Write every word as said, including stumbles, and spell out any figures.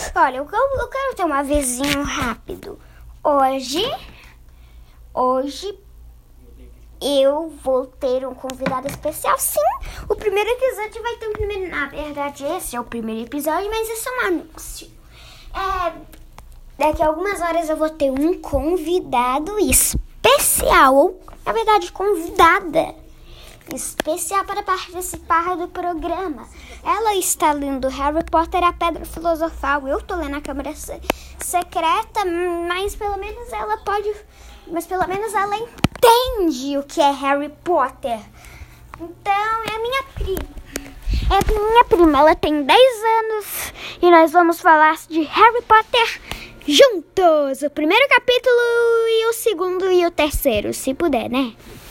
Olha, eu, eu quero ter um avisinho rápido. Hoje, hoje eu vou ter um convidado especial, sim. O primeiro episódio vai ter um primeiro... Na verdade, esse é o primeiro episódio, mas esse é um anúncio. É, daqui a algumas horas eu vou ter um convidado especial, ou, na verdade, convidada especial para participar do programa. Ela está lendo Harry Potter e a Pedra Filosofal. Eu tô lendo a Câmara Se- Secreta, mas pelo menos ela pode... Mas pelo menos ela entende o que é Harry Potter. Então, é a minha prima. É a minha prima, ela tem dez anos e nós vamos falar de Harry Potter juntos. O primeiro capítulo e o segundo e o terceiro, se puder, né?